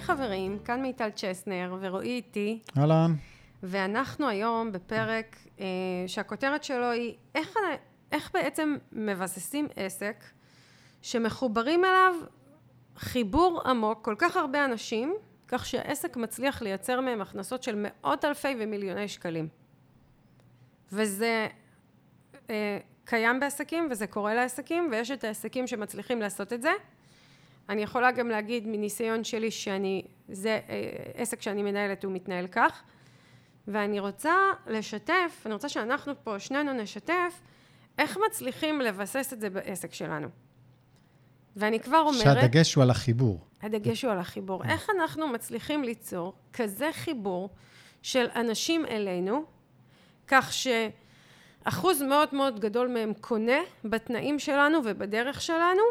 חברים, כאן מיטל צ'סנר ורועי איתי. אהלן. ואנחנו היום בפרק שהכותרת שלו היא איך בעצם מבססים עסק שמחוברים אליו חיבור עמוק, כל כך הרבה אנשים, כך שהעסק מצליח לייצר מהם הכנסות של מאות אלפי ומיליוני שקלים. וזה קיים בעסקים וזה קורה לעסקים, ויש את העסקים שמצליחים לעשות את זה. אני יכולה גם להגיד מניסיון שלי זה עסק שאני מנהלת הוא מתנהל כך, ואני רוצה לשתף, אני רוצה שאנחנו פה שנינו נשתף, איך מצליחים לבסס את זה בעסק שלנו. ואני כבר אומרת... שהדגש הוא על החיבור. הדגש הוא על החיבור. איך אנחנו מצליחים ליצור כזה חיבור של אנשים אלינו, כך שאחוז מאוד מאוד גדול מהם קונה בתנאים שלנו ובדרך שלנו,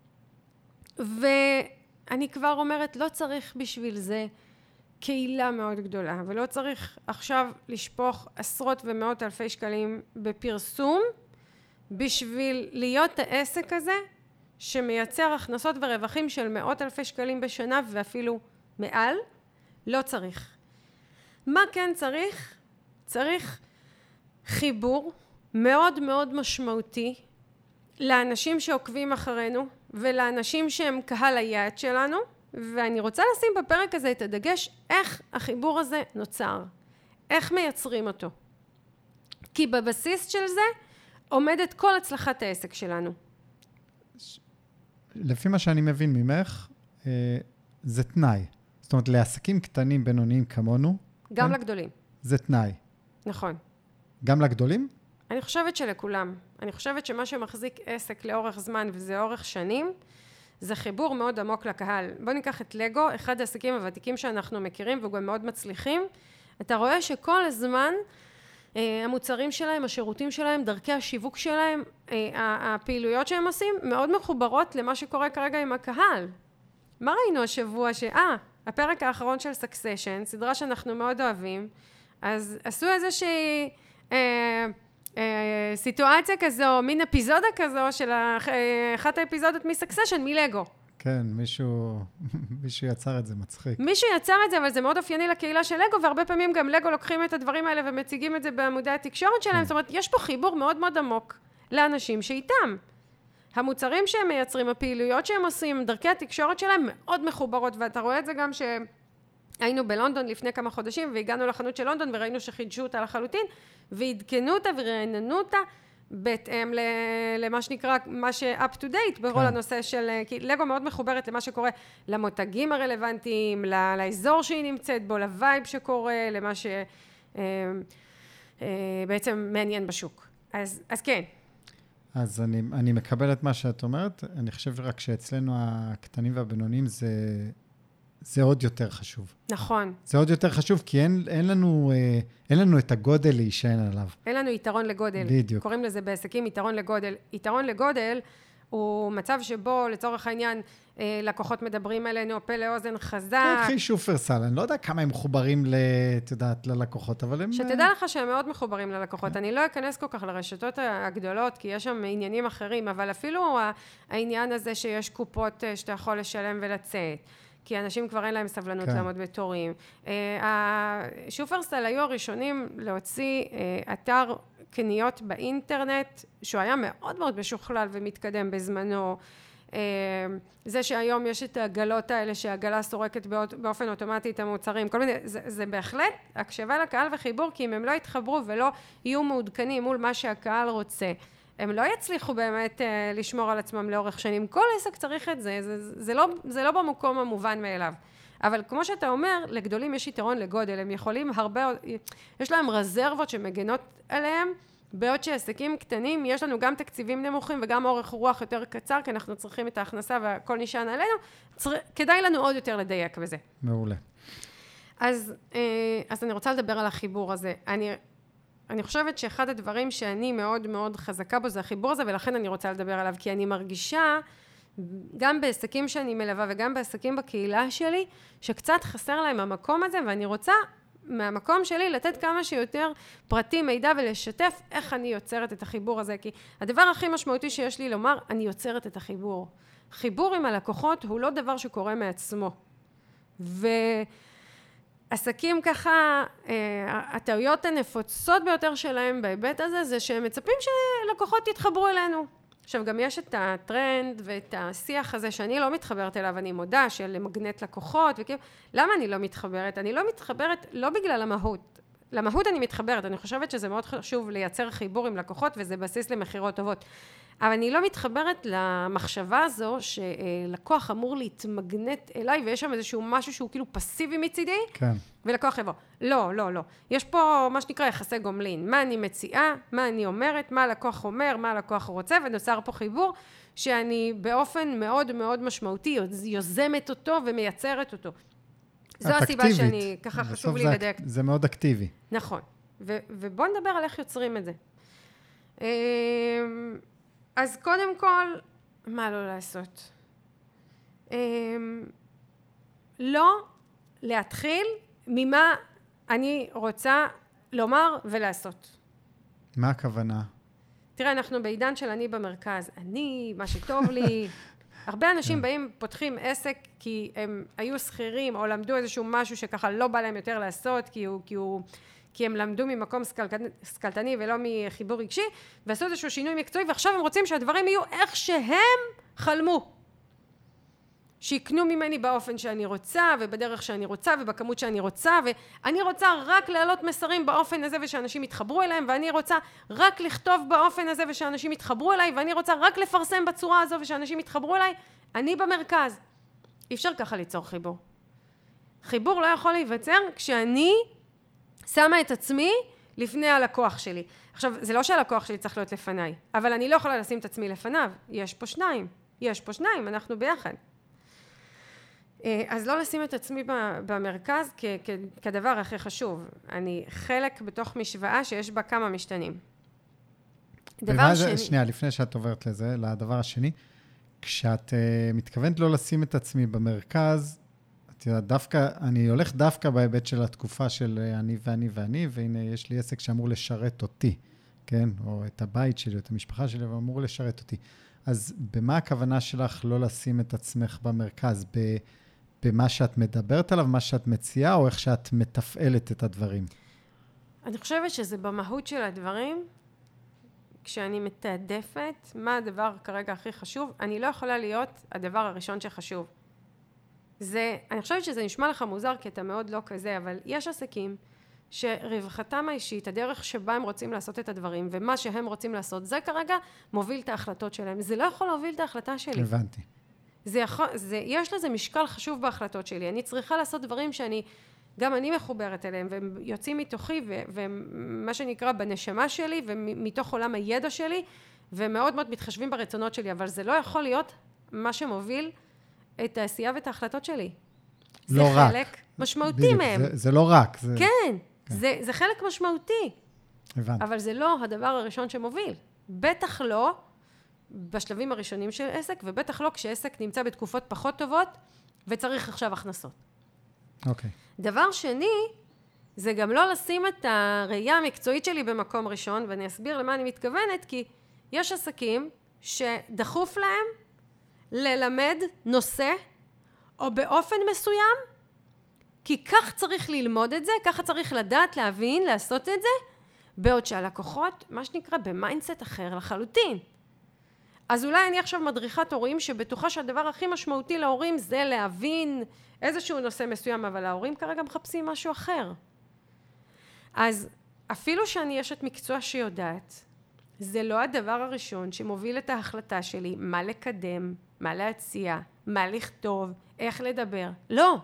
ואני כבר אומרת, לא צריך בשביל זה קהילה מאוד גדולה, ולא צריך עכשיו לשפוך עשרות ומאות אלפי שקלים בפרסום, בשביל להיות העסק הזה, שמייצר הכנסות ורווחים של מאות אלפי שקלים בשנה, ואפילו מעל, לא צריך. מה כן צריך? צריך חיבור מאוד מאוד משמעותי, לאנשים שעוקבים אחרינו, ולאנשים שהם קהל היעד שלנו, ואני רוצה לשים בפרק הזה את הדגש, איך החיבור הזה נוצר, איך מייצרים אותו. כי בבסיס של זה עומדת כל הצלחת העסק שלנו. לפי מה שאני מבין ממך, זה תנאי. זאת אומרת, לעסקים קטנים בינוניים כמונו. גם כן? לגדולים. זה תנאי. נכון. גם לגדולים? אני חושבת שלכולם. אני חושבת שמה שמחזיק עסק לאורך זמן, וזה אורך שנים, זה חיבור מאוד עמוק לקהל. בוא ניקח את לגו, אחד העסקים הוותיקים שאנחנו מכירים, וגם מאוד מצליחים. אתה רואה שכל הזמן, המוצרים שלהם, השירותים שלהם, דרכי השיווק שלהם, הפעילויות שהם עושים, מאוד מחוברות למה שקורה כרגע עם הקהל. מה ראינו השבוע הפרק האחרון של Succession, סדרה שאנחנו מאוד אוהבים, אז עשו איזושהי סיטואציה כזו, מין אפיזודה כזו של אחת האפיזודות מ-Succession, מלגו. כן, מישהו יצר את זה, מצחיק. מישהו יצר את זה, אבל זה מאוד אופייני לקהילה של לגו, והרבה פעמים גם לגו לוקחים את הדברים האלה ומציגים את זה בעמודי התקשורת שלהם. זאת אומרת, יש פה חיבור מאוד מאוד עמוק לאנשים שאיתם. המוצרים שהם מייצרים, הפעילויות שהם עושים, דרכי התקשורת שלהם מאוד מחוברות, ואתה רואה את זה גם שהיינו בלונדון לפני כמה חודשים, והגענו לחנות של לונדון וראינו שחידשו אותה לחלוטין, והדכנו אותה ורעננו אותה, בהתאם למה שנקרא, מה ש-up to date, בכל הנושא של, כי לגו מאוד מחוברת למה שקורה, למותגים הרלוונטיים, לאזור שהיא נמצאת בו, לווייב שקורה, למה שבעצם מעניין בשוק. אז כן. אז אני מקבל את מה שאת אומרת, אני חושב רק שאצלנו הקטנים והבינוניים זה עוד יותר חשוב. נכון. זה עוד יותר חשוב, כי אין לנו את הגודל להישען עליו. אין לנו יתרון לגודל. בדיוק. קוראים לזה בעסקים יתרון לגודל. יתרון לגודל הוא מצב שבו, לצורך העניין, לקוחות מדברים אלינו, פה לאוזן חזק. קחי שופרסל, אני לא יודע כמה הם מחוברים ללקוחות, אבל הם... שתדע לך שהם מאוד מחוברים ללקוחות. אני לא אכנס כל כך לרשתות הגדולות, כי יש שם עניינים אחרים, אבל אפילו העניין הזה שיש קופות שאתה יכול לשלם ולצאת. כי אנשים כבר אין להם סבלנות לעמוד בתורים. שופרסל היו הראשונים להוציא אתר קניות באינטרנט, שהוא היה מאוד מאוד משוכלל ומתקדם בזמנו. זה שהיום יש את הגלות האלה, שהגלה סורקת באופן אוטומטי את המוצרים, כל מיני, זה בהחלט הקשבה לקהל וחיבור, כי אם הם לא יתחברו ולא יהיו מעודכנים מול מה שהקהל רוצה, הם לא יצליחו באמת לשמור על עצמם לאורך שנים. כל עסק צריך את זה, זה לא במקום המובן מאליו. אבל כמו שאתה אומר, לגדולים יש יתרון לגודל, הם יכולים יש להם רזרבות שמגנות עליהם, בעוד שעסקים קטנים, יש לנו גם תקציבים נמוכים וגם אורך רוח יותר קצר, כי אנחנו צריכים את ההכנסה והכל נשען עלינו, כדאי לנו עוד יותר לדייק בזה. מעולה. אז אני רוצה לדבר על החיבור הזה. אני חושבת שאחד הדברים שאני מאוד מאוד חזקה בו זה החיבור הזה, ולכן אני רוצה לדבר עליו, כי אני מרגישה, גם בעסקים שאני מלווה וגם בעסקים בקהילה שלי, שקצת חסר להם המקום הזה, ואני רוצה מהמקום שלי לתת כמה שיותר פרטים, מידע ולשתף איך אני יוצרת את החיבור הזה, כי הדבר הכי משמעותי שיש לי לומר, אני יוצרת את החיבור. חיבור עם הלקוחות הוא לא דבר שקורה מעצמו. ועסקים ככה, הטעויות הנפוצות ביותר שלהם בהיבט הזה, זה שהם מצפים שלקוחות יתחברו אלינו. עכשיו, גם יש את הטרנד ואת השיח הזה שאני לא מתחברת אליו, אני מודה, של מגנט לקוחות, וכאילו, למה אני לא מתחברת? אני לא מתחברת לא בגלל המהות. למהות אני מתחברת, אני חושבת שזה מאוד חשוב לייצר חיבור עם לקוחות, וזה בסיס למחירות טובות. אבל אני לא מתחברת למחשבה הזו, שלקוח אמור להתמגנט אליי, ויש שם איזשהו משהו שהוא כאילו פסיבי מצידי, כן. ולקוח יבוא. לא, לא, לא. יש פה מה שנקרא יחסי גומלין. מה אני מציעה, מה אני אומרת, מה הלקוח אומר, מה הלקוח רוצה, ונוצר פה חיבור, שאני באופן מאוד מאוד משמעותי, יוזמת אותו ומייצרת אותו. זו הסיבה שאני, ככה חשוב לי לדייק. זה מאוד אקטיבי. נכון. ובואו נדבר על איך יוצרים את זה. אז קודם כל, מה לא לעשות? לא להתחיל ממה אני רוצה לומר ולעשות. מה הכוונה? תראה, אנחנו בעידן של אני במרכז. אני, מה שטוב לי. הרבה אנשים באים, פותחים עסק כי הם היו שכירים או למדו איזשהו משהו שככה לא בא להם יותר לעשות, כי הם למדו ממקום סקלטני ולא מחיבור רגשי, ועשו איזשהו שינוי מקצועי, ועכשיו הם רוצים שהדברים יהיו איך שהם חלמו. שיקנו ממני באופן שאני רוצה, ובדרך שאני רוצה, ובכמות שאני רוצה, ואני רוצה רק להעלות מסרים באופן הזה, ושאנשים יתחברו אליהם, ואני רוצה רק לכתוב באופן הזה, ושאנשים יתחברו אליי, ואני רוצה רק לפרסם בצורה הזו, ושאנשים יתחברו אליי. אני במרכז. אי אפשר ככה ליצור חיבור. חיבור לא יכול להיווצר כשאני שמה את עצמי לפני הלקוח שלי. עכשיו, זה לא שהלקוח שלי צריך להיות לפניי, אבל אני לא יכולה לשים את עצמי לפניו. יש פה שניים, אנחנו ביחד. אז לא לשים את עצמי במרכז כדבר הכי חשוב. אני חלק בתוך משוואה שיש בה כמה משתנים. דבר שני... שנייה, לפני שאת עוברת לזה, לדבר השני, כשאת מתכוונת לא לשים את עצמי במרכז, את יודעת, אני הולך דווקא בהיבט של התקופה של אני ואני ואני, והנה יש לי עסק שאמור לשרת אותי, כן? או את הבית שלי, או את המשפחה שלי, ואמור לשרת אותי. אז במה הכוונה שלך לא לשים את עצמך במרכז? במה שאת מדברת עליו, מה שאת מציעה, או איך שאת מתפעלת את הדברים? אני חושבת שזה במהות של הדברים, כשאני מתעדפת מה הדבר כרגע הכי חשוב, אני לא יכולה להיות הדבר הראשון שחשוב. אני חושבת שזה נשמע לך מוזר, כי אתה מאוד לא כזה, אבל יש עסקים שרווחתם האישית, הדרך שבה הם רוצים לעשות את הדברים, ומה שהם רוצים לעשות, זה כרגע מוביל את ההחלטות שלהם. זה לא יכול להוביל את ההחלטה שלי. הבנתי. יש לזה משקל חשוב בהחלטות שלי. אני צריכה לעשות דברים גם אני מחוברת אליהם, והם יוצאים מתוכי, ומה שנקרא בנשמה שלי, ומתוך עולם הידע שלי, ומאוד מאוד מתחשבים ברצונות שלי, אבל זה לא יכול להיות מה שמוביל את העשייה ואת ההחלטות שלי. לא זה רק. חלק משמעותי מהם. זה לא רק. כן. זה חלק משמעותי. הבנתי. אבל זה לא הדבר הראשון שמוביל. בטח לא בשלבים הראשונים של עסק, ובטח לא כשעסק נמצא בתקופות פחות טובות, וצריך עכשיו הכנסות. אוקיי. דבר שני, זה גם לא לשים את הראייה המקצועית שלי במקום ראשון, ואני אסביר למה אני מתכוונת, כי יש עסקים שדחוף להם ללמד נושא, או באופן מסוים, כי כך צריך ללמוד את זה, ככה צריך לדעת, להבין, לעשות את זה, בעוד שהלקוחות, מה שנקרא, במיינדסט אחר לחלוטין. אז אולי אני עכשיו מדריכת הורים שבטוחה שהדבר הכי משמעותי להורים זה להבין איזשהו נושא מסוים, אבל ההורים כרגע מחפשים משהו אחר. אז אפילו שאני אשת מקצוע שיודעת, זה לא הדבר הראשון שמוביל את ההחלטה שלי, מה לקדם, מה להציע, מה לכתוב, איך לדבר. לא.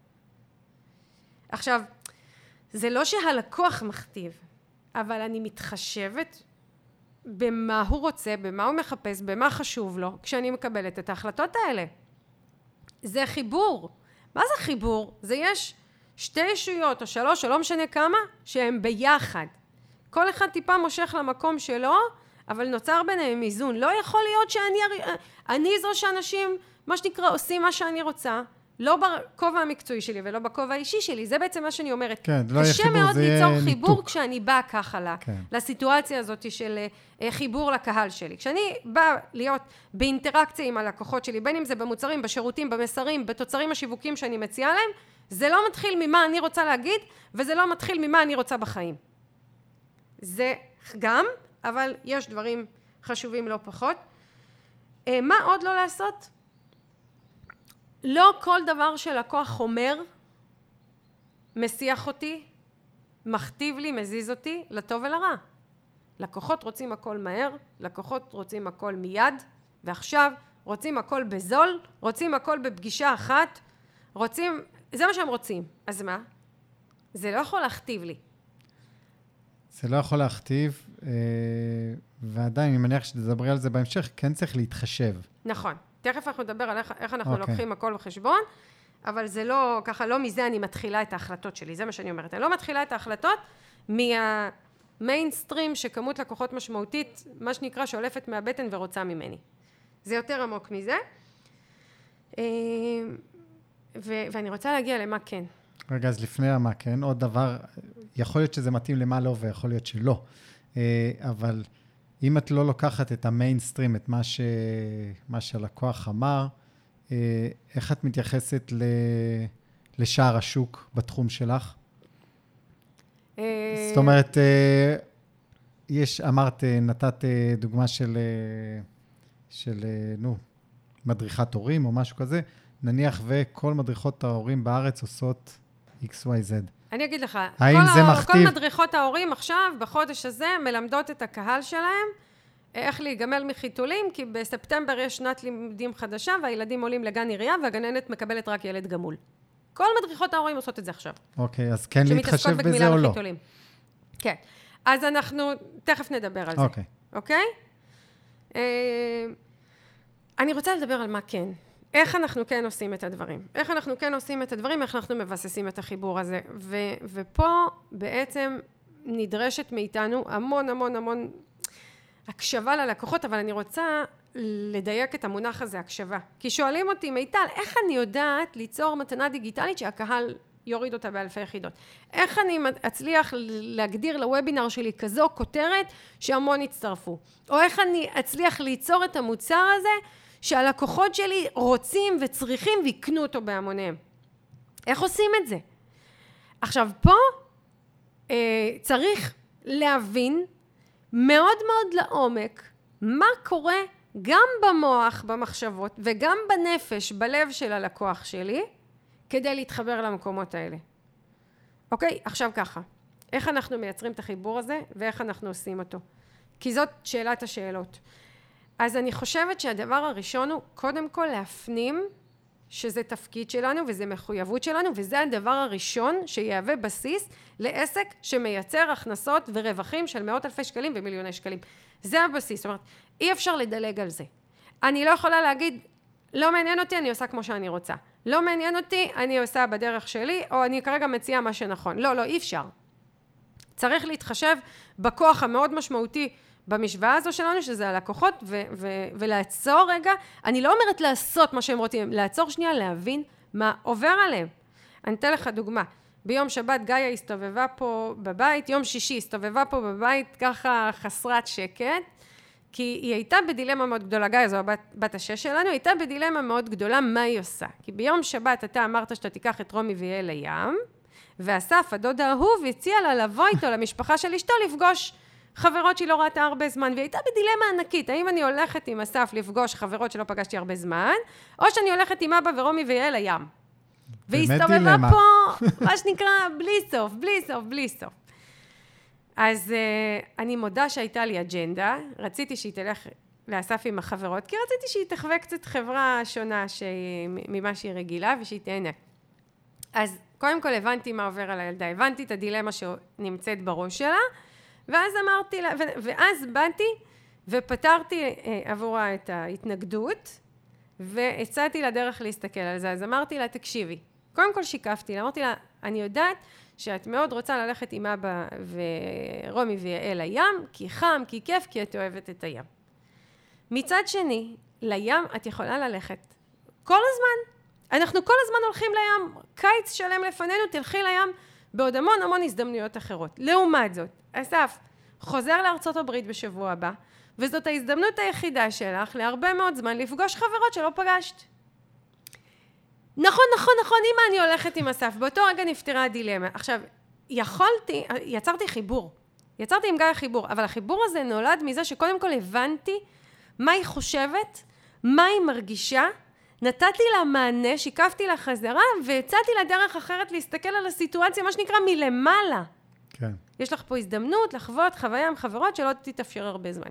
עכשיו, זה לא שהלקוח מכתיב, אבל אני מתחשבת במה הוא רוצה, במה הוא מחפש, במה חשוב לו, כשאני מקבלת את ההחלטות האלה. זה חיבור. מה זה חיבור? זה יש שתי ישויות או שלוש, או לא משנה כמה, שהם ביחד. כל אחד טיפה מושך למקום שלו, אבל נוצר ביניהם איזון. לא יכול להיות שאני זו שאנשים, מה שנקרא, עושים מה שאני רוצה, לא בכובע המקצועי שלי ולא בכובע האישי שלי, זה בעצם מה שאני אומרת. כן, לא יהיה חיבור, קשה מאוד ליצור חיבור ניתוק. כשאני באה ככה לסיטואציה הזאת של חיבור לקהל שלי. כשאני באה להיות באינטראקציה עם הלקוחות שלי, בין אם זה במוצרים, בשירותים, במסרים, בתוצרים השיווקים שאני מציעה להם, זה לא מתחיל ממה אני רוצה להגיד, וזה לא מתחיל ממה אני רוצה בחיים. זה גם, אבל יש דברים חשובים לא פחות. מה עוד לא לעשות? לא כל דבר שלקוח אומר, מסיח אותי, מכתיב לי, מזיז אותי, לטוב ולרע. לקוחות רוצים הכל מהר, לקוחות רוצים הכל מיד, ועכשיו רוצים הכל בזול, רוצים הכל בפגישה אחת, רוצים, זה מה שהם רוצים. אז מה? זה לא יכול להכתיב לי. זה לא יכול להכתיב, ועדיין, אני מניח שתדברי על זה בהמשך, כן צריך להתחשב. נכון. תכף אנחנו נדבר על איך אנחנו לוקחים הכל בחשבון, אבל זה לא, ככה, לא מזה אני מתחילה את ההחלטות שלי, זה מה שאני אומרת. אני לא מתחילה את ההחלטות מהמיינסטרים שכמות לקוחות משמעותית, מה שנקרא, שולפת מהבטן ורוצה ממני. זה יותר עמוק מזה. ואני רוצה להגיע למה כן. רגע, אז לפני המה כן, עוד דבר, יכול להיות שזה מתאים למה לא, ויכול להיות שלא. אבל אם את לא לוקחת את המיינסטרים, את מה שהלקוח אמר, איך את מתייחסת לשער השוק בתחום שלך? זאת אומרת, אמרת, נתת דוגמה של מדריכת הורים או משהו כזה, נניח וכל מדריכות ההורים בארץ עושות XYZ. אני אגיד לך, כל מדריכות ההורים עכשיו, בחודש הזה, מלמדות את הקהל שלהם, איך להיגמל מחיתולים, כי בספטמבר יש שנת לימודים חדשה, והילדים עולים לגן עירייה, והגננת מקבלת רק ילד גמול. כל מדריכות ההורים עושות את זה עכשיו. אוקיי, אז כן להתחשב בזה או לא? כן. אז אנחנו תכף נדבר על זה. אוקיי? אני רוצה לדבר על מה כן. איך אנחנו כן עושים את הדברים. איך אנחנו כן עושים את הדברים, איך אנחנו מבססים את החיבור הזה. ופה בעצם נדרשת מאיתנו המון המון המון הקשבה ללקוחות, אבל אני רוצה לדייק את המונח הזה, הקשבה. כי שואלים אותי, מיטל, איך אני יודעת ליצור מתנה דיגיטלית שהקהל יוריד אותה באלפי יחידות? איך אני אצליח להגדיר לוובינר שלי כזו כותרת שהמון יצטרפו? או איך אני אצליח ליצור את המוצר הזה שהלקוחות שלי רוצים וצריכים ויקנו אותו בהמוניהם? איך עושים את זה? עכשיו, פה צריך להבין מאוד מאוד לעומק מה קורה גם במוח, במחשבות, וגם בנפש, בלב של הלקוח שלי, כדי להתחבר למקומות האלה. אוקיי? עכשיו ככה. איך אנחנו מייצרים את החיבור הזה, ואיך אנחנו עושים אותו? כי זאת שאלת השאלות. אז אני חושבת שהדבר הראשון הוא, קודם כל להפנים שזה תפקיד שלנו, וזה מחויבות שלנו, וזה הדבר הראשון שיהווה בסיס לעסק שמייצר הכנסות ורווחים של מאות אלפי שקלים ומיליוני שקלים. זה הבסיס. זאת אומרת, אי אפשר לדלג על זה. אני לא יכולה להגיד, לא מעניין אותי, אני עושה כמו שאני רוצה. לא מעניין אותי, אני עושה בדרך שלי, או אני כרגע מציעה מה שנכון. לא, אי אפשר. צריך להתחשב בכוח המאוד משמעותי במשוואה הזו שלנו, שזה הלקוחות, ולעצור רגע, אני לא אומרת לעשות מה שהם רוצים, לעצור שנייה, להבין מה עובר עליהם. אני אתן לך דוגמה. ביום שבת גאיה הסתובבה פה בבית, יום שישי הסתובבה פה בבית, ככה חסרת שקט, כי היא הייתה בדילמה מאוד גדולה, גאיה זו בת השש שלנו, הייתה בדילמה מאוד גדולה, מה היא עושה? כי ביום שבת אתה אמרת שאתה תיקח את רומי ויעל לים, ואסף, הדוד האהוב, הציע לה לבוא איתו למשפחה של אשתו לפגוש חברות שהיא לא ראתה הרבה זמן, והיא הייתה בדילמה ענקית, האם אני הולכת עם אסף לפגוש חברות שלא פגשתי הרבה זמן, או שאני הולכת עם אבא ורומי ויעל לים. והסתובבה פה, מה שנקרא, בלי סוף. אז אני מודה שהייתה לי אג'נדה, רציתי שהיא תלך לאסף עם החברות, כי רציתי שהיא תחווה קצת חברה שונה ממה שהיא רגילה, ושהיא תהנה. אז קודם כל הבנתי מה עובר על הילדה, הבנתי את הדילמה שנמצאת בראש שלה, ואז אמרתי לה, ואז באתי ופתרתי עבורה את ההתנגדות, והצעתי לה דרך להסתכל על זה. אז אמרתי לה, תקשיבי, קודם כל שיקפתי לה, אמרתי לה, אני יודעת שאת מאוד רוצה ללכת עם אבא ורומי ויעל לים, כי חם, כי כיף, כי את אוהבת את הים. מצד שני, לים את יכולה ללכת כל הזמן. אנחנו כל הזמן הולכים לים, קיץ שלם לפנינו, תלכי לים בעוד המון הזדמנויות אחרות. לעומת זאת, אסף חוזר לארצות הברית בשבוע הבא, וזאת ההזדמנות היחידה שלך להרבה מאוד זמן לפגוש חברות שלא פגשת. נכון, אמא, אני הולכת עם אסף. באותו רגע נפתרה הדילמה. עכשיו, יצרתי עם גיא חיבור, אבל החיבור הזה נולד מזה שקודם כל הבנתי מה היא חושבת, מה היא מרגישה, נתתי לה מענה, שיקפתי לה חזרה, והצעתי לה דרך אחרת להסתכל על הסיטואציה, מה שנקרא מלמעלה. כן. יש לך פה הזדמנות לחוות חוויה עם חברות שלא תתאפשר הרבה זמן.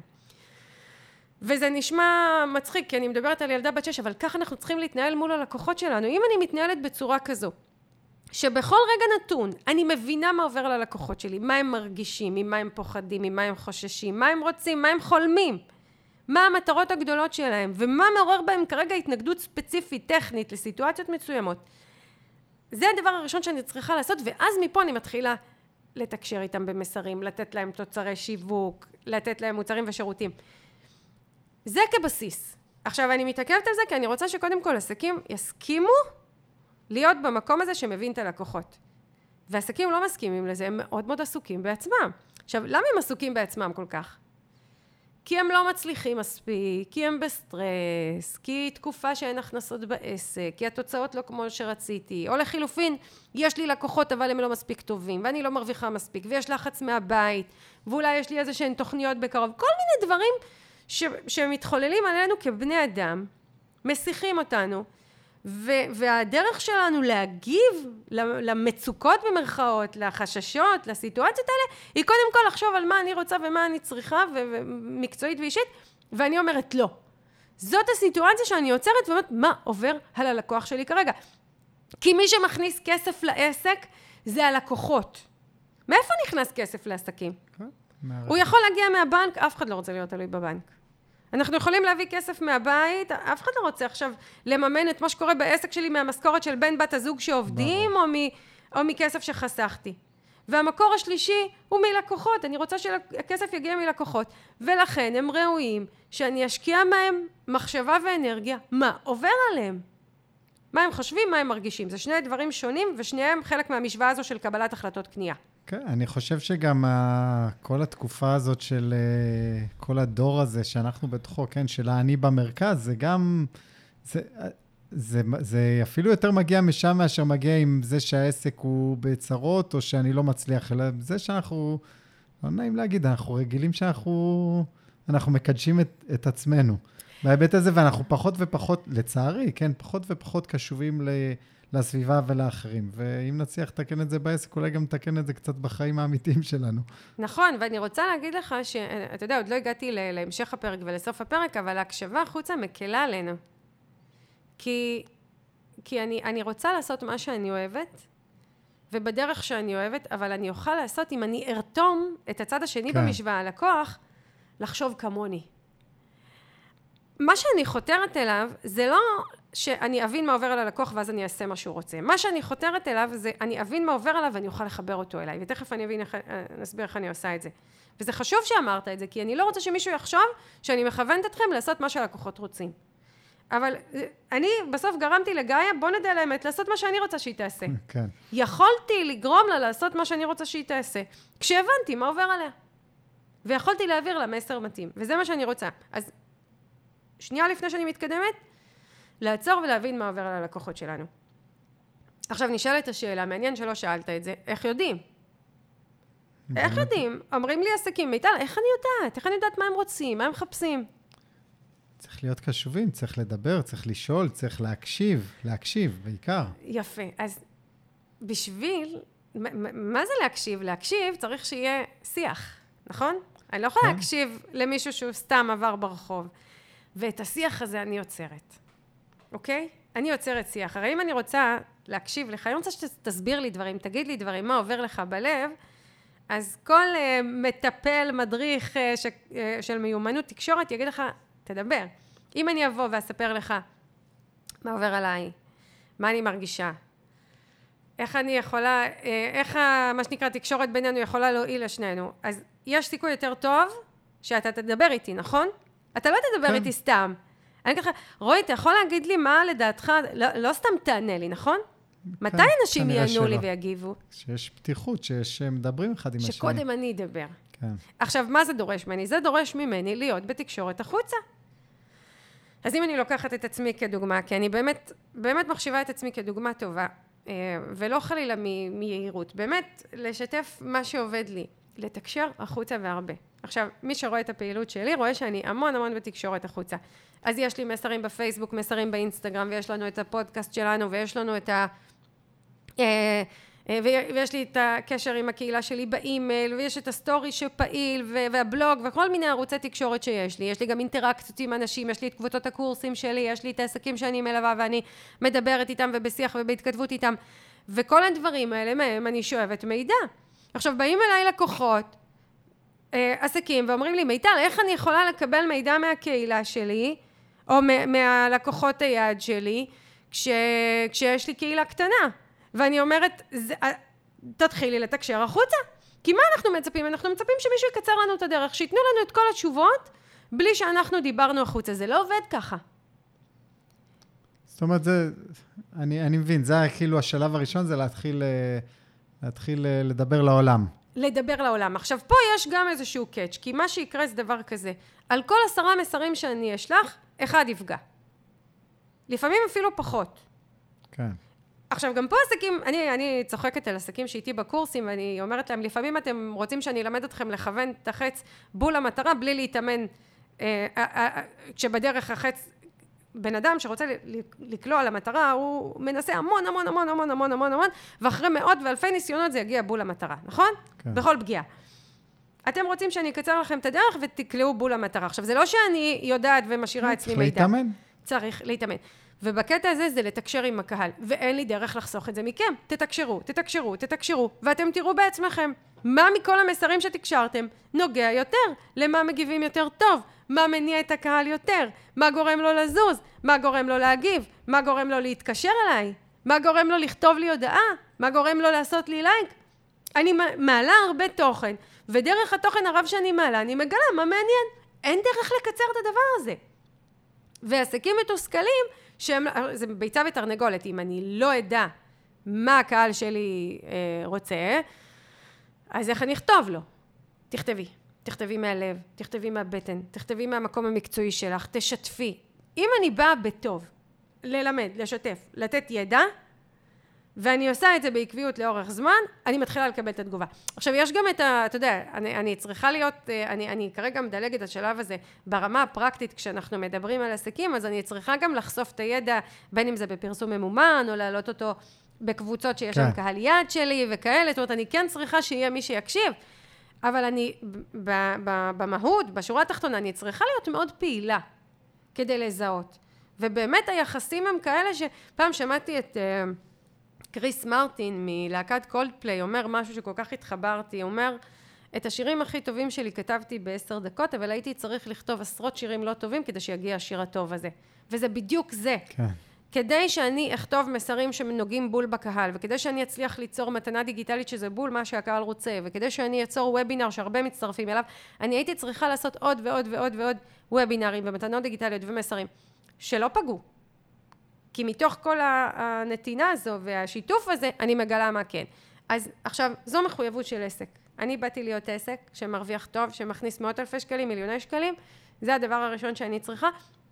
וזה נשמע מצחיק, כי אני מדברת על ילדה בת 6, אבל ככה אנחנו צריכים להתנהל מול הלקוחות שלנו. אם אני מתנהלת בצורה כזו, שבכל רגע נתון אני מבינה מה עובר ללקוחות שלי, מה הם מרגישים, ממה הם פוחדים, ממה הם חוששים, מה הם רוצים, מה הם חולמים, מה המטרות הגדולות שלהם, ומה מעורר בהם כרגע התנגדות ספציפית, טכנית, לסיטואציות מסוימות. זה הדבר הראשון שאני צריכה לעשות, ואז מפה אני מתחילה לתקשר איתם במסרים, לתת להם תוצרי שיווק, לתת להם מוצרים ושירותים. זה כבסיס. עכשיו, אני מתעכבת על זה, כי אני רוצה שקודם כל עסקים יסכימו להיות במקום הזה שמבין את הלקוחות. ועסקים לא מסכימים לזה, הם מאוד עסוקים בעצמם. עכשיו, למה הם עסוקים בעצמם כל כך? כי הם לא מצליחים מספיק, כי הם בסטרס, כי תקופה שאין הכנסות בעסק, כי התוצאות לא כמו שרציתי, או לחילופין, יש לי לקוחות אבל הם לא מספיק טובים, ואני לא מרוויחה מספיק, ויש לחץ מהבית, ואולי יש לי איזה שהן תוכניות בקרוב, כל מיני דברים שמתחוללים עלינו כבני אדם, מסיחים אותנו, והדרך שלנו להגיב למצוקות במרכאות, לחששות, לסיטואציות האלה, היא קודם כל לחשוב על מה אני רוצה ומה אני צריכה, ומקצועית ואישית, ואני אומרת לא. זאת הסיטואציה שאני יוצרת ואומרת מה עובר על הלקוח שלי כרגע. כי מי שמכניס כסף לעסק זה הלקוחות. מאיפה נכנס כסף לעסקים? הוא יכול להגיע מהבנק, אף אחד לא רוצה להיות תלוי בבנק. אנחנו יכולים להביא כסף מהבית, אף אחד לא רוצה עכשיו לממן את מה שקורה בעסק שלי מהמשכורת של בן בת הזוג שעובדים, או מכסף שחסכתי. והמקור השלישי הוא מלקוחות, אני רוצה שהכסף יגיע מלקוחות, ולכן הם ראויים שאני אשקיע מהם מחשבה ואנרגיה, מה עובר עליהם? מה הם חושבים, מה הם מרגישים? זה שני דברים שונים, ושניהם חלק מהמשוואה הזו של קבלת החלטות קנייה. כן, אני חושב שגם כל התקופה הזאת של כל הדור הזה שאנחנו בתוכו, כן, של אני במרכז, זה גם, זה אפילו יותר מגיע משם מאשר מגיע עם זה שהעסק הוא בצרות, או שאני לא מצליח, אלא זה שאנחנו, לא נעים להגיד, אנחנו רגילים שאנחנו מקדשים את עצמנו. בהיבט הזה, ואנחנו פחות ופחות, לצערי, כן, פחות ופחות קשובים לסביבה ולאחרים. ואם נצליח לתקן את זה בעסק, אולי גם נתקן את זה קצת בחיים האמיתיים שלנו. נכון, ואני רוצה להגיד לך שאתה יודע, עוד לא הגעתי להמשך הפרק ולסוף הפרק, אבל ההקשבה החוצה מקלה עלינו. כי אני רוצה לעשות מה שאני אוהבת, ובדרך שאני אוהבת, אבל אני אוכל לעשות, אם אני ארתום את הצד השני במשוואה, הלקוח, לחשוב כמוני. מה שאני חותרת אליו, זה לא שאני אבין מה עובר על הלקוח, ואז אני אעשה מה שהוא רוצה. מה שאני חותרת אליו, זה אני אבין מה עובר עליו, ואני אוכל לחבר אותו אליי. ותכף אני נסביר איך אני עושה את זה. וזה חשוב שאמרת את זה, כי אני לא רוצה שמישהו יחשוב שאני מכוונת אתכם לעשות מה שהלקוחות רוצים. אבל אני בסוף גרמתי לגאיה, בוא נדע לאמת, לעשות מה שאני רוצה שהיא תעשה. כן. יכולתי לגרום לה לעשות מה שאני רוצה שהיא תעשה, כשהבנתי מה עובר עליה. ויכולתי להעביר לה מסר מתאים. וזה מה שאני רוצה. אז שנייה לפני שאני מתקדמת, לעצור ולהבין מה עובר על הלקוחות שלנו. עכשיו נשאלת השאלה, מעניין שלא שאלת את זה, איך יודעים? איך יודעים? אומרים לי עסקים, מיטל, איך אני יודעת? איך אני יודעת מה הם רוצים, מה הם מחפשים? צריך להיות קשובים, צריך לדבר, צריך לשאול, צריך להקשיב בעיקר. יפה, אז בשביל, מה זה להקשיב? להקשיב צריך שיהיה שיח, נכון? אני לא יכולה להקשיב למישהו שהוא סתם עבר ברחוב, ואת השיח הזה אני יוצרת, אוקיי? אני יוצרת שיח, הרי אם אני רוצה להקשיב לך, אני רוצה שתסביר לי דברים, תגיד לי דברים, מה עובר לך בלב, אז כל מטפל, מדריך של מיומנות תקשורת יגיד לך, תדבר. אם אני אבוא ואספר לך מה עובר עליי, מה אני מרגישה, איך אני יכולה, מה שנקרא תקשורת בינינו יכולה להועיל לשנינו, אז יש סיכוי יותר טוב שאתה תדבר איתי, נכון? אתה לא תדבר איתי סתם. אני ככה, רועי, אתה יכול להגיד לי מה לדעתך, לא סתם תענה לי, נכון? מתי אנשים יענו לי ויגיבו? שיש פתיחות, שיש מדברים אחד עם השני. שקודם אני אדבר. כן. עכשיו, מה זה דורש ממני? זה דורש ממני להיות בתקשורת החוצה. אז אם אני לוקחת את עצמי כדוגמה, כי אני באמת מחשיבה את עצמי כדוגמה טובה, ולא חלילה מיהירות, באמת לשתף מה שעובד לי, לתקשר החוצה והרבה. עכשיו, מי שרואה את הפעילות שלי, רואה שאני המון בתקשורת החוצה. אז יש לי מסרים בפייסבוק, מסרים באינסטגרם, ויש לנו את הפודקאסט שלנו, ויש לנו את ויש לי את הקשר עם הקהילה שלי באימייל, ויש את הסטורי שפעיל, והבלוג, וכל מיני ערוצי תקשורת שיש לי. יש לי גם אינטראקציות עם אנשים, יש לי את קבוצות הקורסים שלי, יש לי את העסקים שאני מלווה, ואני מדברת איתם ובשיח ובהתכתבות איתם. וכל הדברים האלה מהם אני שואבת מידע. עכשיו, באים אליי לקוחות, עסקים, ואומרים לי, מיטל, איך אני יכולה לקבל מידע מהקהילה שלי, או מהלקוחות היעד שלי, כשיש לי קהילה קטנה? ואני אומרת, תתחילי לתקשר החוצה. כי מה אנחנו מצפים? אנחנו מצפים שמישהו יקצר לנו את הדרך, שיתנו לנו את כל התשובות, בלי שאנחנו דיברנו החוצה. זה לא עובד ככה. זאת אומרת, אני מבין, זה כאילו השלב הראשון, זה להתחיל לדבר לעולם. לדבר לעולם. עכשיו, פה יש גם איזשהו קאץ', כי מה שיקרה זה דבר כזה. על כל 10 מסרים שאני אשלח, אחד יפגע. לפעמים אפילו פחות. כן. עכשיו, גם פה עסקים, אני צוחקת על עסקים שאיתי בקורסים, ואני אומרת להם, לפעמים אתם רוצים שאני אלמד אתכם לכוון את החץ בול המטרה, בלי להתאמן, כשבדרך החץ, בן אדם שרוצה לקלוע על המטרה, הוא מנסה המון, ואחרי מאות ואלפי ניסיונות זה יגיע בול המטרה, נכון? כן. בכל פגיעה. אתם רוצים שאני אקצר לכם את הדרך ותקלעו בול המטרה. עכשיו, זה לא שאני יודעת ומשאירה אצלי מידע. צריך להתאמן. צריך להתאמן. ובקטע הזה זה לתקשר עם הקהל, ואין לי דרך לחסוך את זה מכם. תתקשרו, ואתם תראו בעצמכם מה מכל המסרים שתקשרתם נוגע יותר, למה מגיבים יותר טוב, מה מניע את הקהל יותר, מה גורם לו לזוז, מה גורם לו להגיב, מה גורם לו להתקשר אליי, מה גורם לו לכתוב לי הודעה, מה גורם לו לעשות לי לייק. אני מעלה הרבה תוכן, ודרך התוכן הרב שאני מעלה, אני מגלה מה מעניין. אין דרך לקצר את הדבר הזה. ועסקים מתוסכלים, זה ביצה ותרנגולת, אם אני לא אדע מה הקהל שלי רוצה, אז איך אני אכתוב לו? תכתבי מהלב, תכתבי מהבטן, תכתבי מהמקום המקצועי שלך, תשתפי. אם אני באה בטוב, ללמד, לשתף, לתת ידע, ואני עושה את זה בעקביות לאורך זמן, אני מתחילה לקבל את התגובה. עכשיו, יש גם אתה יודע, אני צריכה להיות, אני כרגע מדלגת את השלב הזה, ברמה הפרקטית, כשאנחנו מדברים על עסקים, אז אני צריכה גם לחשוף את הידע, בין אם זה בפרסום ממומן, או להעלות אותו בקבוצות שיש שם קהל יעד שלי וכאלה, זאת אומרת, אני כן צריכה שיהיה מי שיקשיב, אבל אני, במהות, בשורה התחתונה, אני צריכה להיות מאוד פעילה, כדי לזהות. ובאמת היחסים הם כאלה שפעם שמעתי את קריס מרטין מלהקת קולדפליי אומר משהו שכל כך התחברתי, אומר, את השירים הכי טובים שלי כתבתי ב10 דקות, אבל הייתי צריך לכתוב עשרות שירים לא טובים כדי שיגיע השיר הטוב הזה. וזה בדיוק זה. כן. כדי שאני אכתוב מסרים שנוגעים בול בקהל, וכדי שאני אצליח ליצור מתנה דיגיטלית שזה בול מה שהקהל רוצה, וכדי שאני אצור וובינר שהרבה מצטרפים אליו, אני הייתי צריכה לעשות עוד ועוד ועוד ועוד וובינרים ומתנות דיגיטליות ומסרים שלא פגעו. כי מתוך כל הנתינה הזו והשיתוף הזה, אני מגלה מה כן. אז עכשיו, זו מחויבות של עסק. אני באתי להיות עסק שמרוויח טוב, שמכניס 100,000 שקלים, מיליוני שקלים, זה הדבר הראשון שאני צריכה,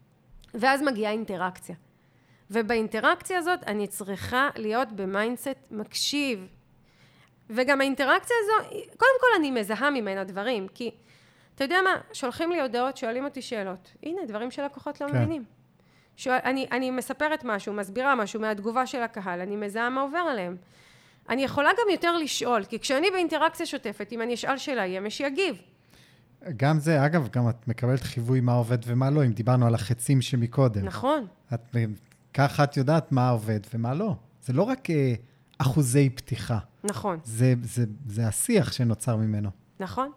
ואז מגיעה אינטראקציה. ובאינטראקציה הזאת אני צריכה להיות במיינדסט מקשיב. וגם האינטראקציה הזו, קודם כל אני מזהה ממנה דברים, כי אתה יודע מה, שולחים לי הודעות, שואלים אותי שאלות. הנה, דברים שלקוחות לא מבינים. אני מספרת משהו, מסבירה משהו מהתגובה של הקהל, אני מזהה מה עובר עליהם. אני יכולה גם יותר לשאול, כי כשאני באינטראקציה שוטפת, אם אני אשאל שאלה, יהיה מי שיגיב. גם זה, אגב, גם את מקבלת חיווי מה עובד ומה לא, אם דיברנו על החצים שמקודם. נכון. ככה את יודעת מה עובד ומה לא. זה לא רק אחוזי פתיחה. נכון. זה השיח שנוצר ממנו. נכון.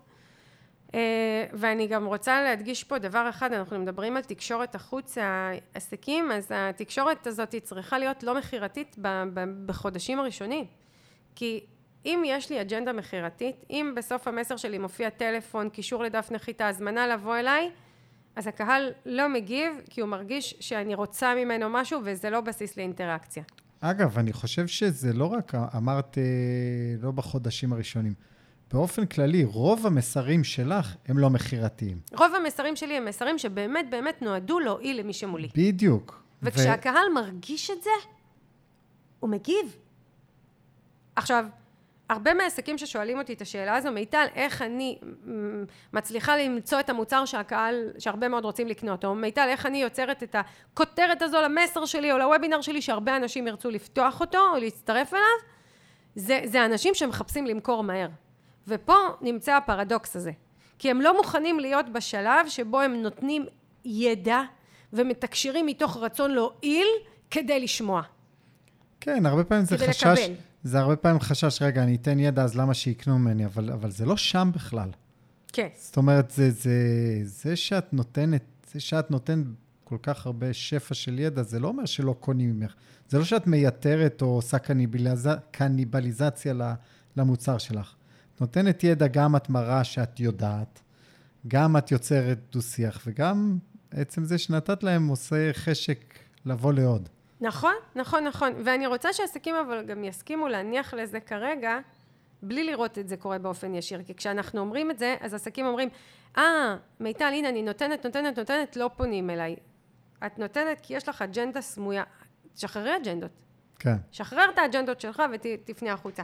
ואני גם רוצה להדגיש פה דבר אחד, אנחנו מדברים על תקשורת החוץ העסקים, אז התקשורת הזאת היא צריכה להיות לא מחירתית בחודשים הראשונים. כי אם יש לי אג'נדה מחירתית, אם בסוף המסר שלי מופיע טלפון, קישור לדף נחיתה, הזמנה לבוא אליי, אז הקהל לא מגיב, כי הוא מרגיש שאני רוצה ממנו משהו, וזה לא בסיס לאינטראקציה. אגב, אני חושב שזה לא רק, אמרת, לא בחודשים הראשונים. באופן כללי, רוב המסרים שלך הם לא מחירתיים. רוב המסרים שלי הם מסרים שבאמת באמת נועדו להועיל למי שמולי. בדיוק. וכשהקהל מרגיש את זה, הוא מגיב. עכשיו, הרבה מהעסקים ששואלים אותי את השאלה הזו, מיטל, איך אני מצליחה למצוא את המוצר שהקהל, שהרבה מאוד רוצים לקנות, או מיטל, איך אני יוצרת את הכותרת הזו למסר שלי, או לוובינר שלי, שהרבה אנשים ירצו לפתוח אותו, או להצטרף אליו, זה אנשים שמחפשים למכור מהר. ופה נמצא הפרדוקס הזה. כי הם לא מוכנים להיות בשלב שבו הם נותנים ידע, ומתקשרים מתוך רצון להועיל, כדי לשמוע. כן, הרבה פעמים זה חשש, לקבל. זה הרבה פעמים חשש, רגע, אני אתן ידע, אז למה שיקנו ממני? אבל זה לא שם בכלל. כן. זאת אומרת, זה שאת נותנת כל כך הרבה שפע של ידע, זה לא אומר שלא קונים ממך. זה לא שאת מייתרת או עושה קניבליזציה למוצר שלך. נותנת ידע, גם את מראה שאת יודעת, גם את יוצרת דו-שיח, וגם עצם זה שנתת להם עושה חשק לבוא לעוד. נכון, נכון, נכון. ואני רוצה שהעסקים אבל גם יסכימו להניח לזה כרגע, בלי לראות את זה קורה באופן ישיר. כי כשאנחנו אומרים את זה, אז העסקים אומרים, מיטל, הנה, אני נותנת, לא פונים אליי. את נותנת כי יש לך אג'נדה סמויה. שחררי אג'נדות. כן. שחרר את האג'נדות שלך ותפני החוצה.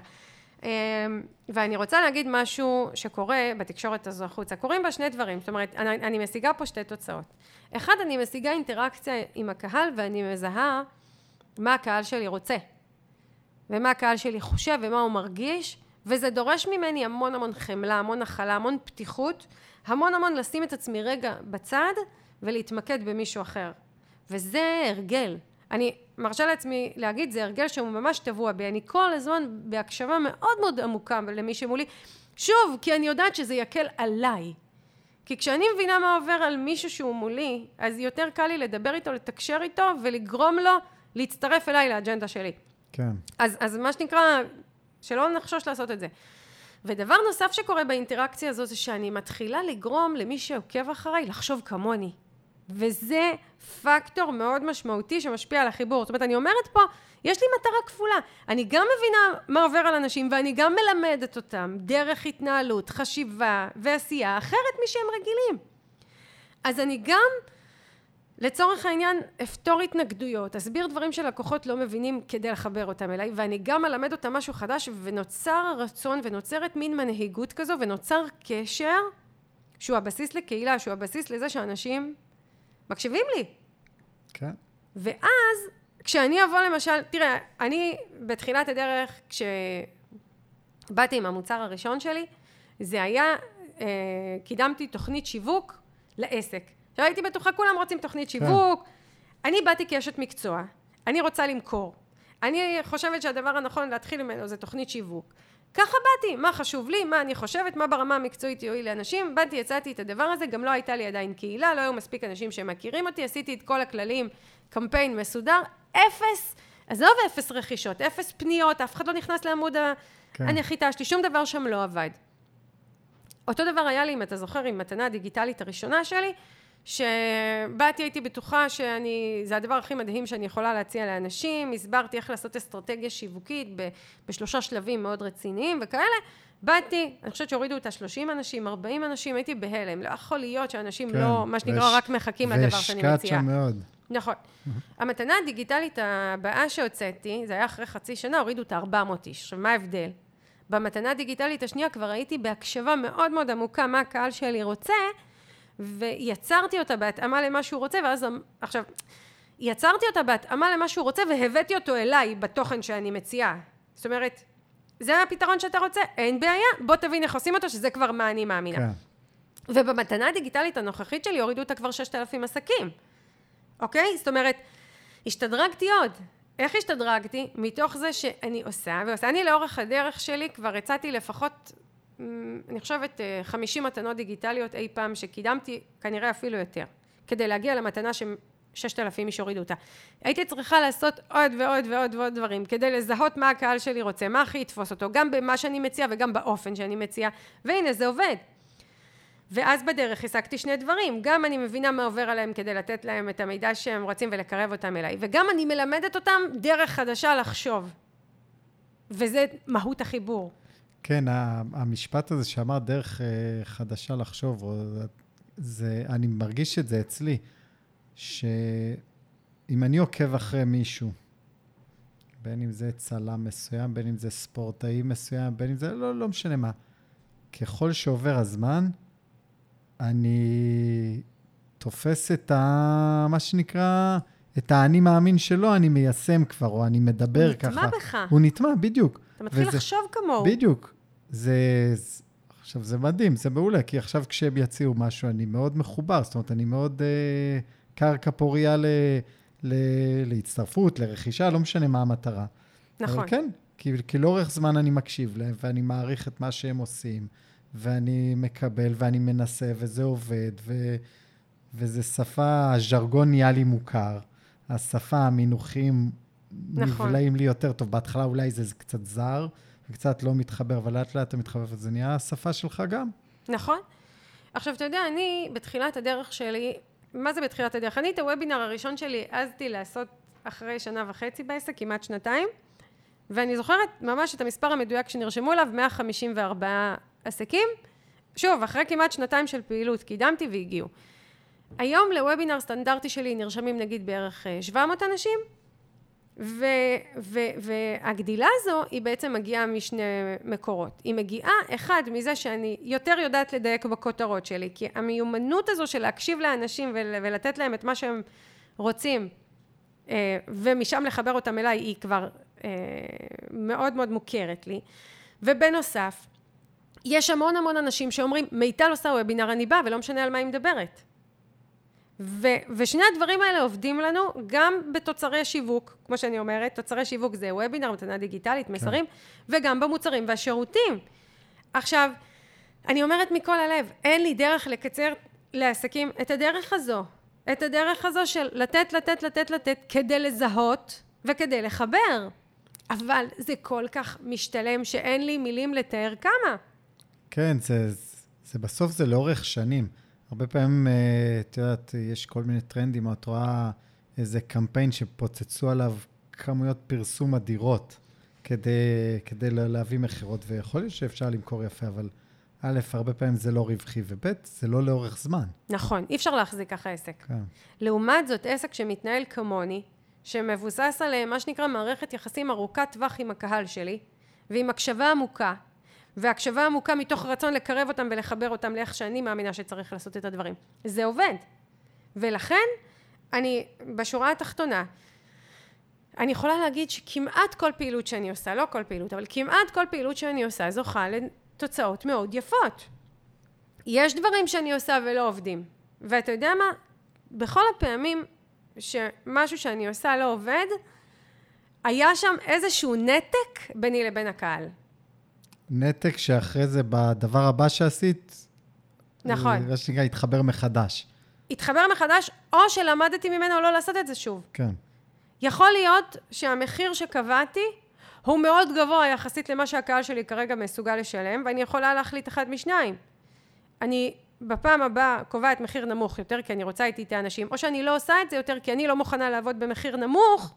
ואני רוצה להגיד משהו שקורה בתקשורת הזו החוצה. קוראים בה שני דברים. זאת אומרת, אני משיגה פה שתי תוצאות. אחד, אני משיגה אינטראקציה עם הקהל, ואני מזהה מה הקהל שלי רוצה. ומה הקהל שלי חושב, ומה הוא מרגיש. וזה דורש ממני המון המון חמלה, המון הכלה, המון פתיחות. המון המון לשים את עצמי רגע בצד, ולהתמקד במישהו אחר. וזה הרגל. אני מרשה לעצמי להגיד, זה הרגל שהוא ממש טבוע בי. אני כל הזמן בהקשבה מאוד מאוד עמוקה למי שמולי. שוב, כי אני יודעת שזה יקל עליי. כי כשאני מבינה מה עובר על מישהו שהוא מולי, אז יותר קל לי לדבר איתו, לתקשר איתו, ולגרום לו להצטרף אליי לאג'נדה שלי. כן. אז מה שנקרא, שלא נחשוש לעשות את זה. ודבר נוסף שקורה באינטראקציה הזו, זה שאני מתחילה לגרום למי שעוקב אחריי לחשוב כמוני. וזה פקטור מאוד משמעותי שמשפיע על החיבור. זאת אומרת, אני אומרת פה, יש לי מטרה כפולה. אני גם מבינה מה עובר על אנשים, ואני גם מלמדת אותם דרך התנהלות, חשיבה ועשייה אחרת משהם רגילים. אז אני גם, לצורך העניין, אפתור התנגדויות, אסביר דברים שלקוחות לא מבינים כדי לחבר אותם אליי, ואני גם מלמד אותם משהו חדש, ונוצר רצון, ונוצרת מין מנהיגות כזו, ונוצר קשר, שהוא הבסיס לקהילה, שהוא הבסיס לזה שאנשים מקשיבים לי. כן. ואז, כשאני אבוא למשל, תראה, אני בתחילת הדרך, כשבאתי עם המוצר הראשון שלי, זה היה, קידמתי תוכנית שיווק לעסק. שהייתי בטוחה, כולם רוצים תוכנית שיווק, אני באתי כאשת מקצוע, אני רוצה למכור. אני חושבת שהדבר הנכון להתחיל ממנו זה תוכנית שיווק. ככה באתי, מה חשוב לי, מה אני חושבת, מה ברמה המקצועית יועיל לאנשים, באתי, יצאתי את הדבר הזה, גם לא הייתה לי עדיין קהילה, לא היו מספיק אנשים שמכירים אותי, עשיתי את כל הכללים, קמפיין מסודר, אפס, עזוב אפס רכישות, אפס פניות, אף אחד לא נכנס לעמוד הנחיתה שלי, שום דבר שם לא עבד. אותו דבר היה לי, אם אתה זוכר, עם מתנה הדיגיטלית הראשונה שלי, שבאתי, הייתי בטוחה זה הדבר הכי מדהים שאני יכולה להציע לאנשים, הסברתי איך לעשות אסטרטגיה שיווקית בשלושה שלבים מאוד רציניים וכאלה, באתי, אני חושבת שהורידו אותה 30 אנשים, 40 אנשים, הייתי בהלם, לא יכול להיות שאנשים לא, מה שנקרא, רק מחכים לדבר שאני מציעה. והשקעת שם מאוד. נכון. המתנה הדיגיטלית הבאה שהוצאתי, זה היה אחרי חצי שנה, הורידו אותה 400 איש. עכשיו, מה ההבדל? במתנה הדיגיטלית השנייה כבר הייתי בהקשבה מאוד מאוד עמוקה מה הקהל שלי רוצה, ויצרתי אותה בהתאמה למה שהוא רוצה, ואז, עכשיו, יצרתי אותה בהתאמה למה שהוא רוצה, והבאתי אותו אליי בתוכן שאני מציעה. זאת אומרת, זה הפתרון שאתה רוצה? אין בעיה, בוא תבין איך עושים אותו, שזה כבר מה אני מאמינה. כן. ובמתנה הדיגיטלית הנוכחית שלי, הורידו אותה כבר 6,000 עסקים. אוקיי? זאת אומרת, השתדרגתי עוד. איך השתדרגתי? מתוך זה שאני עושה, אני לאורך הדרך שלי כבר הצעתי לפחות, אני חושבת, 50 מתנות דיגיטליות אי פעם שקידמתי, כנראה אפילו יותר, כדי להגיע למתנה ש6,000 איש הורידו אותה. הייתי צריכה לעשות עוד ועוד ועוד ועוד דברים, כדי לזהות מה הקהל שלי רוצה, מה הכי יתפוס אותו, גם במה שאני מציעה וגם באופן שאני מציעה, והנה זה עובד. ואז בדרך השגתי שני דברים, גם אני מבינה מה עובר עליהם כדי לתת להם את המידע שהם רוצים ולקרב אותם אליי, וגם אני מלמדת אותם דרך חדשה לחשוב, וזה מהות החיבור. כן, המשפט הזה שאמר דרך חדשה לחשוב, אני מרגיש את זה אצלי, שאם אני עוקב אחרי מישהו, בין אם זה צלם מסוים, בין אם זה ספורטאי מסוים, בין אם זה לא משנה מה, ככל שעובר הזמן, אני תופס את מה שנקרא, את האני מאמין שלו, אני מיישם כבר, או אני מדבר ככה. הוא נטמע בך. הוא נטמע, בדיוק. אתה מתחיל לחשוב כמוהו. בדיוק. עכשיו, זה מדהים, זה מעולה, כי עכשיו כשהם יציעו משהו, אני מאוד מחובר, זאת אומרת, אני מאוד קרקע פוריה להצטרפות, לרכישה, לא משנה מה המטרה. נכון. אבל כן, כי לאורך זמן אני מקשיב להם, ואני מעריך את מה שהם עושים, ואני מקבל, ואני מנסה, וזה עובד, וזה שפה, הז'רגון נהיה לי מוכר, השפה, המינוחים נבלעים לי יותר טוב, בהתחלה אולי זה קצת זר, וקצת לא מתחבר, אבל לאט לאט אתה מתחבר, וזה נהיה השפה שלך גם. נכון. עכשיו, אתה יודע, אני בתחילת הדרך שלי, מה זה בתחילת הדרך? אני את הוובינר הראשון שלי עזתי לעשות אחרי 1.5 שנה בעסק, כמעט 2 ואני זוכרת ממש את המספר המדויק שנרשמו אליו, 154 עסקים. שוב, אחרי כמעט 2 של פעילות, קידמתי והגיעו. היום לוובינר סטנדרטי שלי נרשמים נגיד בערך 700 אנשים, והגדילה הזו היא בעצם מגיעה משני מקורות. היא מגיעה אחד מזה שאני יותר יודעת לדייק בכותרות שלי, כי המיומנות הזו של להקשיב לאנשים ולתת להם את מה שהם רוצים, ומשם לחבר אותם אליי, היא כבר מאוד מאוד מוכרת לי. ובנוסף, יש המון אנשים שאומרים, מיטל עושה וובינר, אני באה ולא משנה על מה היא מדברת. ושני הדברים האלה עובדים לנו גם בתוצרי שיווק, כמו שאני אומרת, תוצרי שיווק זה וובינר, מתנה דיגיטלית, מסרים, וגם במוצרים והשירותים. עכשיו, אני אומרת מכל הלב, אין לי דרך לקצר לעסקים את הדרך הזו של לתת, כדי לזהות וכדי לחבר. אבל זה כל כך משתלם שאין לי מילים לתאר כמה. כן, זה בסוף זה לאורך שנים. הרבה פעמים, את יודעת, יש כל מיני טרנדים, את רואה איזה קמפיין שפוצצו עליו כמויות פרסום אדירות כדי להביא מחירות, ויכול להיות שאפשר למכור יפה, אבל א', הרבה פעמים זה לא רווחי, וב', זה לא לאורך זמן. נכון, אי אפשר להחזיק ככה עסק. כן. לעומת זאת, עסק שמתנהל כמוני, שמבוסס על מה שנקרא מערכת יחסים ארוכת טווח עם הקהל שלי, ועם הקשבה עמוקה, והקשבה עמוקה מתוך רצון לקרב אותם ולחבר אותם לאיך שאני מאמינה שצריך לעשות את הדברים. זה עובד. ולכן, אני, בשורה התחתונה, אני יכולה להגיד שכמעט כל פעילות שאני עושה, לא כל פעילות, אבל כמעט כל פעילות שאני עושה, זוכה לתוצאות מאוד יפות. יש דברים שאני עושה ולא עובדים. ואתה יודע מה? בכל הפעמים שמשהו שאני עושה לא עובד, היה שם איזשהו נתק ביני לבין הקהל. נתק שאחרי זה בדבר הבא שעשית, נכון. מה שנקרא, התחבר מחדש. התחבר מחדש, או שלמדתי ממנו לא לעשות את זה שוב. כן. יכול להיות שהמחיר שקבעתי, הוא מאוד גבוה יחסית למה שהקהל שלי כרגע מסוגל לשלם, ואני יכולה להחליט אחד משניים. אני בפעם הבאה קובעת מחיר נמוך יותר, כי אני רוצה איתי את האנשים, או שאני לא עושה את זה יותר, כי אני לא מוכנה לעבוד במחיר נמוך,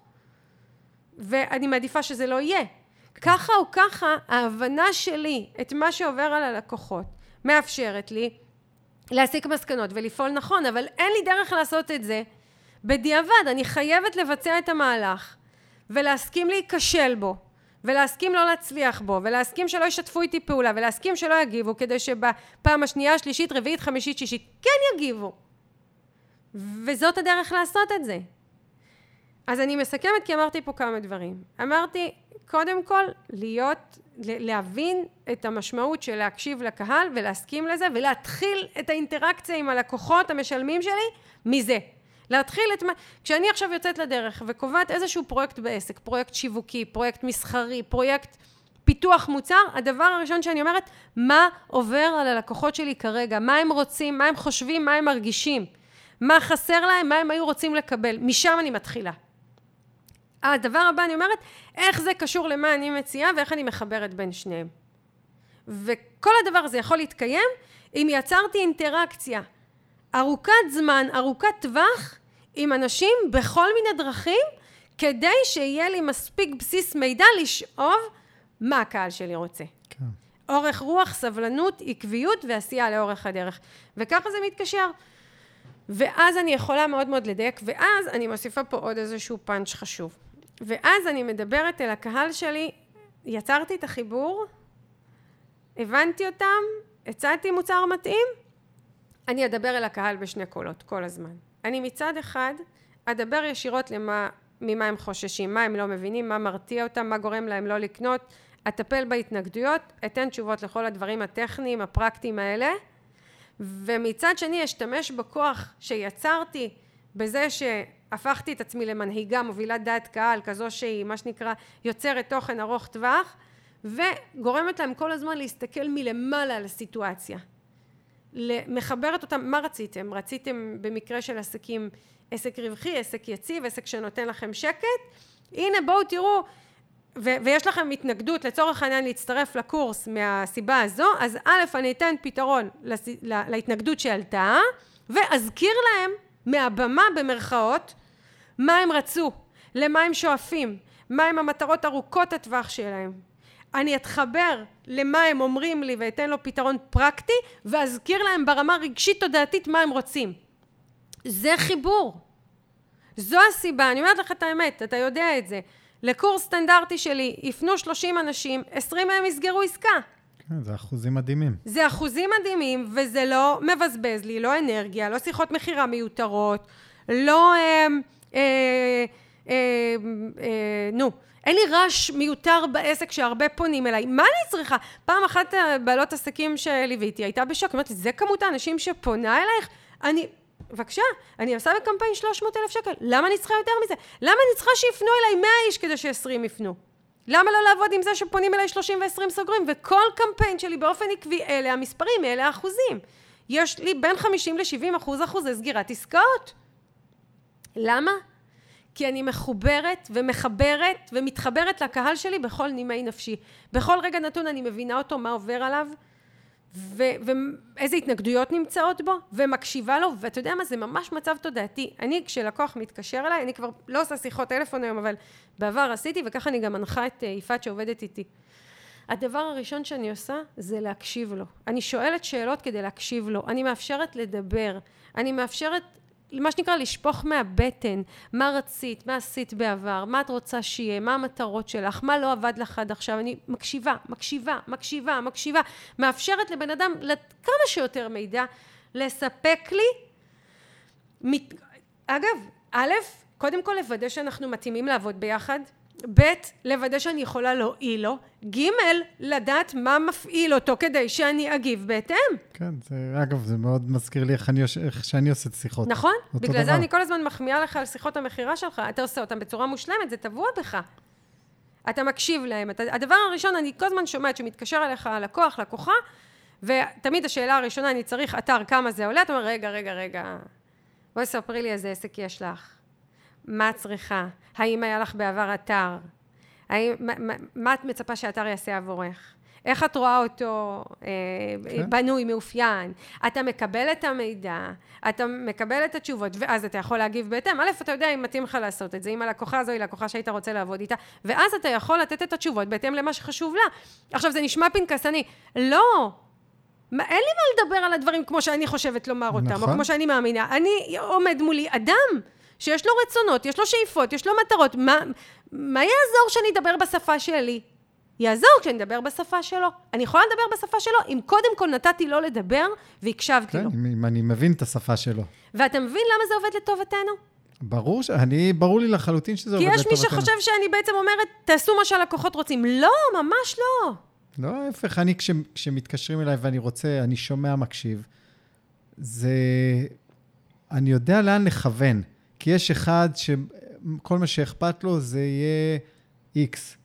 ואני מעדיפה שזה לא יהיה. ככה או ככה, ההבנה שלי את מה שעובר על הלקוחות, מאפשרת לי להסיק מסקנות ולפעול נכון, אבל אין לי דרך לעשות את זה בדיעבד. אני חייבת לבצע את המהלך, ולהסכים להיכשל בו, ולהסכים לא להצליח בו, ולהסכים שלא ישתפו איתי פעולה, ולהסכים שלא יגיבו, כדי שבפעם השנייה, שלישית, רביעית, חמישית, שישית, כן יגיבו. וזאת הדרך לעשות את זה. אז אני מסכמת כי אמרתי פה כמה דברים. אמרתי, קודם כל, להבין את המשמעות של להקשיב לקהל ולהסכים לזה, ולהתחיל את האינטראקציה עם הלקוחות המשלמים שלי מזה. להתחיל כשאני עכשיו יוצאת לדרך וקובעת איזשהו פרויקט בעסק, פרויקט שיווקי, פרויקט מסחרי, פרויקט פיתוח מוצר, הדבר הראשון שאני אומרת, מה עובר על הלקוחות שלי כרגע? מה הם רוצים, מה הם חושבים, מה הם מרגישים? מה חסר להם, מה הם היו רוצים לקבל? משם אני מתחילה. הדבר הבא אני אומרת, איך זה קשור למה אני מציעה ואיך אני מחברת בין שניהם. וכל הדבר הזה יכול להתקיים אם יצרתי אינטראקציה ארוכת זמן, ארוכת טווח, עם אנשים בכל מיני דרכים, כדי שיהיה לי מספיק בסיס מידע לשאוב מה הקהל שלי רוצה. כן. אורך רוח, סבלנות, עקביות ועשייה לאורך הדרך. וככה זה מתקשר. ואז אני יכולה מאוד מאוד לדייק, ואז אני מוסיפה פה עוד איזשהו פאנץ' חשוב. ואז אני מדברת אל הקהל שלי, יצרתי את החיבור, הבנתי אותם, הצעתי מוצר מתאים, אני אדבר אל הקהל בשני קולות, כל הזמן. אני מצד אחד, אדבר ישירות ממה הם חוששים, מה הם לא מבינים, מה מרתיע אותם, מה גורם להם לא לקנות, אטפל בהתנגדויות, אתן תשובות לכל הדברים הטכניים, הפרקטיים האלה, ומצד שני אשתמש בכוח שיצרתי בזה שהפכתי את עצמי למנהיגה, מובילת דעת קהל, כזו שהיא מה שנקרא יוצרת תוכן ארוך טווח, וגורמת להם כל הזמן להסתכל מלמעלה על הסיטואציה. מחברת אותם, מה רציתם? רציתם במקרה של עסקים, עסק רווחי, עסק יציב, עסק שנותן לכם שקט? הנה בואו תראו, ויש לכם התנגדות לצורך העניין להצטרף לקורס מהסיבה הזו, אז א' אני אתן פתרון להתנגדות שעלתה, ואזכיר להם מהבמה במרכאות, מה הם רצו, למה הם שואפים, מה הם המטרות ארוכות הטווח שלהם. אני אתחבר למה הם אומרים לי ואתן לו פתרון פרקטי, ואזכיר להם ברמה רגשית תודעתית מה הם רוצים. זה חיבור. זו הסיבה, אני אומרת לך את האמת, אתה יודע את זה. לקורס סטנדרטי שלי יפנו 30 אנשים, 20 מהם יסגרו עסקה. זה אחוזים מדהימים. זה אחוזים מדהימים, וזה לא מבזבז לי, לא אנרגיה, לא שיחות מחירה מיותרות, לא, אין לי רש מיותר בעסק שהרבה פונים אליי. מה אני צריכה? פעם אחת בעלות עסקים שליוויתי, הייתה בשוק, אמרתי, זה כמות האנשים שפונה אלייך? בבקשה, אני עושה בקמפיין 300,000 שקל. למה אני צריכה יותר מזה? למה אני צריכה שיפנו אליי 100 איש כדי ש20 יפנו? למה לא לעבוד עם זה שפונים אליי 30 ו20 סוגרים? וכל קמפיין שלי באופן עקבי, אלה המספרים, אלה האחוזים. יש לי בין 50 ל-70% אחוזי סגירת עסקאות. למה? כי אני מחוברת ומחברת ומתחברת לקהל שלי בכל נימי נפשי. בכל רגע נתון אני מבינה אותו, מה עובר עליו, ואיזה התנגדויות נמצאות בו, ומקשיבה לו, ואתה יודע מה, זה ממש מצב תודעתי. אני, כשלקוח מתקשר אליי, אני כבר לא עושה שיחות טלפון היום, אבל בעבר עשיתי, וככה אני גם מנחה את יפעת שעובדת איתי. הדבר הראשון שאני עושה, זה להקשיב לו. אני שואלת שאלות כדי להקשיב לו. אני מאפשרת לדבר. אני מאפשרת, מה שנקרא, לשפוך מהבטן. מה רצית, מה עשית בעבר, מה את רוצה שיהיה, מה המטרות שלך, מה לא עבד לך עד עכשיו. אני מקשיבה. מאפשרת לבן אדם כמה שיותר מידע, לספק לי. אגב, א', קודם כל לוודא שאנחנו מתאימים לעבוד ביחד. ב', לוודא שאני יכולה להועיל לו. ג', לדעת מה מפעיל אותו כדי שאני אגיב בהתאם. כן, אגב, זה מאוד מזכיר לי איך שאני עושה שיחות. נכון, בגלל זה אני כל הזמן מחמיאה לך על שיחות המחירה שלך. אתה עושה אותם בצורה מושלמת, זה טבוע בך. אתה מקשיב להם. הדבר הראשון, אני כל הזמן שומעת שמתקשר אליך לקוחה, ותמיד השאלה הראשונה, אני צריך אתר, כמה זה עולה? אתה אומר, רגע. בואי ספרי לי איזה עסק יש לך. מה את צריכה? האם היה לך בעבר אתר? מה את מצפה שהאתר יעשה עבורך? איך את רואה אותו בנוי, מאופיין? אתה מקבל את המידע, אתה מקבל את התשובות, ואז אתה יכול להגיב בהתאם. א', אתה יודע אם מתאים לך לעשות את זה, אם הלקוחה הזו היא לקוחה שהיית רוצה לעבוד איתה, ואז אתה יכול לתת את התשובות בהתאם למה שחשוב לה. עכשיו, זה נשמע פנקסני. לא! אין לי מה לדבר על הדברים כמו שאני חושבת לומר אותם, או כמו שאני מאמינה. אני עומד מולי אדם שיש לו רצונות, יש לו שאיפות, יש לו מטרות. מה יעזור שאני אדבר בשפה שלי? יעזור כשאני אדבר בשפה שלו. אני יכולה לדבר בשפה שלו, אם קודם כל נתתי לו לדבר והקשבתי לו. אם אני מבין את השפה שלו. ואתה מבין למה זה עובד לטובתנו? ברור לי לחלוטין שזה עובד לטובתנו. כי יש מי שחושב שאני בעצם אומרת, תעשו מה שהלקוחות רוצים. לא, ממש לא. לא, ההפך, אני כשמתקשרים אליי ואני רוצה, אני שומע, מקשיב, אני יודע לאן לכוון. כי יש אחד שכל מה שאכפת לו זה יהיה X,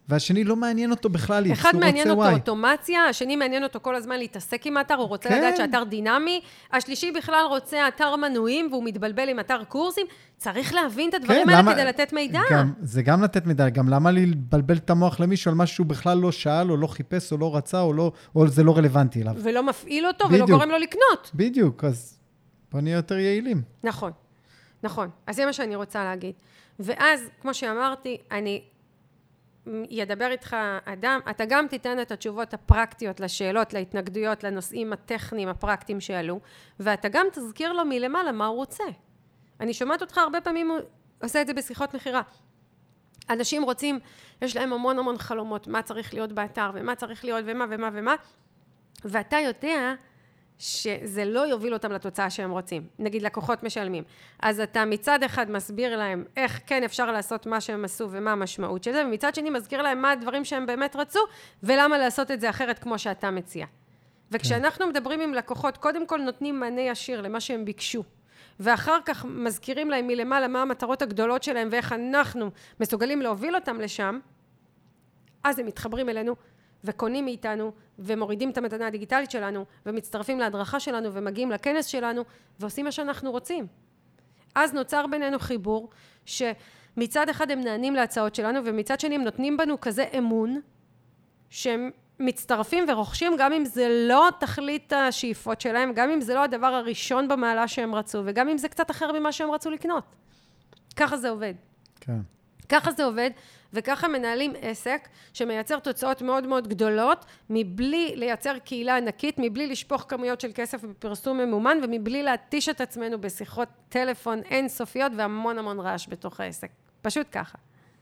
והשני לא מעניין אותו בכלל, אחד מעניין אותו אוטומציה, השני מעניין אותו כל הזמן להתעסק עם האתר, הוא רוצה לדעת שהאתר דינמי, השלישי בכלל רוצה אתר מנויים, והוא מתבלבל עם אתר קורסים, צריך להבין את הדברים האלה כדי לתת מידע. זה גם לתת מידע, גם למה לבלבל את המוח למישהו על משהו שהוא בכלל לא שאל, או לא חיפש, או לא רצה, או זה לא רלוונטי אליו. ולא מפעיל אותו, ולא גורם לו לקנות. בדיוק, אז בוא נהיה יותר יעילים. נכון, נכון. אז זה מה שאני רוצה להגיד. ואז, כמו שאמרתי, אני ידבר איתך אדם, אתה גם תיתן את התשובות הפרקטיות לשאלות, להתנגדויות, לנושאים הטכניים, הפרקטיים שעלו, ואתה גם תזכיר לו מלמעלה מה הוא רוצה. אני שומעת אותך הרבה פעמים, הוא עושה את זה בשיחות מחירה. אנשים רוצים, יש להם המון המון חלומות, מה צריך להיות באתר, ומה צריך להיות, ומה, ואתה יודע שזה לא יוביל אותם לתוצאה שהם רוצים. נגיד, לקוחות משלמים. אז אתה מצד אחד מסביר להם איך כן אפשר לעשות מה שהם עשו ומה המשמעות של זה, ומצד שני מזכיר להם מה הדברים שהם באמת רצו, ולמה לעשות את זה אחרת כמו שאתה מציע. וכשאנחנו מדברים עם לקוחות, קודם כל נותנים מענה ישיר למה שהם ביקשו, ואחר כך מזכירים להם מלמעלה מה המטרות הגדולות שלהם, ואיך אנחנו מסוגלים להוביל אותם לשם, אז הם מתחברים אלינו, וקונים מאיתנו, ומורידים את המתנה הדיגיטלית שלנו, ומצטרפים להדרכה שלנו, ומגיעים לכנס שלנו, ועושים מה שאנחנו רוצים. אז נוצר בינינו חיבור, שמצד אחד הם נענים להצעות שלנו, ומצד שני הם נותנים בנו כזה אמון, שהם מצטרפים ורוכשים, גם אם זה לא תכלית השאיפות שלהם, גם אם זה לא הדבר הראשון במעלה שהם רצו, וגם אם זה קצת אחר ממה שהם רצו לקנות. ככה זה עובד. כן. ככה זה עובד, וככה מנהלים עסק שמייצר תוצאות מאוד מאוד גדולות, מבלי לייצר קהילה ענקית, מבלי לשפוך כמויות של כסף בפרסום ממומן, ומבלי להתיש את עצמנו בשיחות טלפון אינסופיות, והמון המון רעש בתוך העסק. פשוט ככה.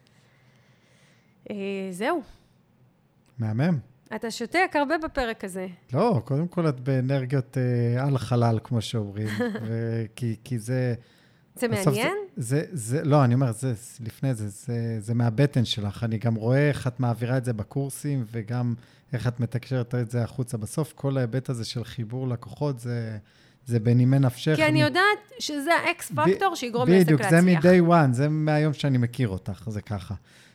זהו. מהמם. אתה שותק הרבה בפרק הזה. לא, קודם כל את באנרגיות על חלל, כמו שאומרים, כי זה... זה מעניין? לא, אני אומר, לפני זה מהבטן שלך. אני גם רואה איך את מעבירה את זה בקורסים, וגם איך את מתקשרת את זה החוצה. בסוף, כל ההיבט הזה של חיבור לקוחות, זה בנימי נפשך. כי אני יודעת שזה האקס פקטור שיגרום לעסק להצליח. בדיוק, זה מ-day one, זה מהיום שאני מכיר אותך, זה ככה.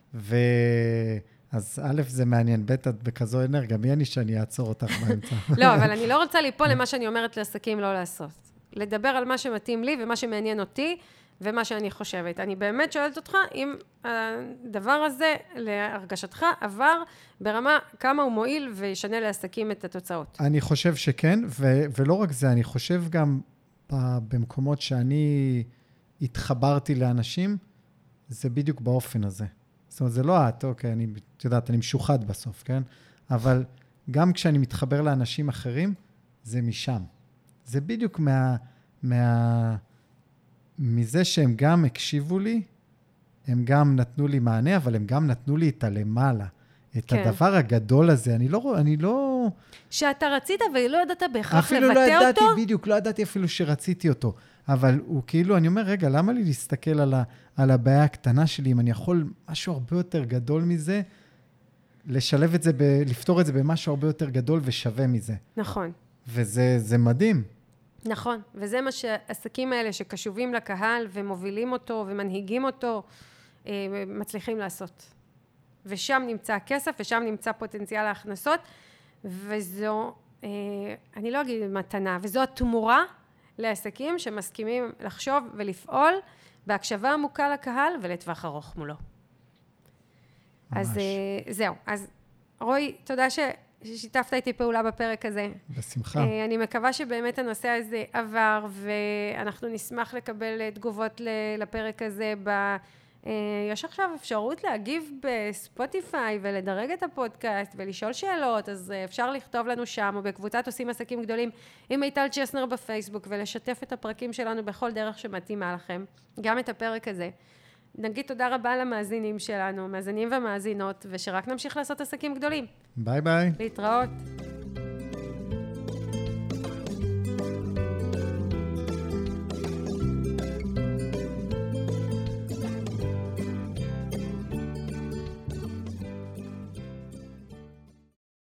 אז א', זה מעניין, ב', את בכזו אנרגיה, מי אני שאני אעצור אותך באמצע? לא, אבל אני לא רוצה ליפול למה שאני אומרת לעסקים לא לעשות. לדבר על מה שמתאים לי ומה שמעניין אותי ומה שאני חושבת. אני באמת שואלת אותך אם הדבר הזה להרגשתך עבר ברמה כמה הוא מועיל וישנה לעסקים את התוצאות. אני חושב שכן, ולא רק זה, אני חושב גם במקומות שאני התחברתי לאנשים, זה בדיוק באופן הזה. זאת אומרת, זה לא את, אוקיי, אני יודעת, אני משוחד בסוף, כן? אבל גם כשאני מתחבר לאנשים אחרים, זה משם. זה בדיוק מזה שהם גם הקשיבו לי, הם גם נתנו לי מענה, אבל הם גם נתנו לי את הלמעלה. את כן. הדבר הגדול הזה, אני לא... שאתה רצית ולא ידעת בהכרח לבטא אותו? אפילו לא ידעתי, אותו? בדיוק, לא ידעתי אפילו שרציתי אותו. אבל הוא כאילו, אני אומר, רגע, למה לי להסתכל על הבעיה הקטנה שלי, אם אני יכול משהו הרבה יותר גדול מזה, לשלב את זה, לפתור את זה במשהו הרבה יותר גדול ושווה מזה. נכון. וזה מדהים. נכון, וזה מה שהעסקים האלה שקשובים לקהל ומובילים אותו ומנהיגים אותו, מצליחים לעשות. ושם נמצא הכסף, ושם נמצא פוטנציאל ההכנסות, וזו, אני לא אגיד מתנה, וזו התמורה לעסקים שמסכימים לחשוב ולפעול בהקשבה עמוקה לקהל ולטווח ארוך מולו. ממש. אז זהו, אז רועי, תודה ששיתפת איתי פעולה בפרק הזה. בשמחה. אני מקווה שבאמת הנושא הזה עבר, ואנחנו נשמח לקבל תגובות לפרק הזה. יש עכשיו אפשרות להגיב בספוטיפיי ולדרג את הפודקאסט ולשאול שאלות, אז אפשר לכתוב לנו שם, או בקבוצת עושים עסקים גדולים עם מיטל צ'סנר בפייסבוק, ולשתף את הפרקים שלנו בכל דרך שמתאימה לכם, גם את הפרק הזה. נגיד תודה רבה למאזינים שלנו, מאזינים ומאזינות, ושרק נמשיך לעשות עסקים גדולים. ביי ביי. להתראות.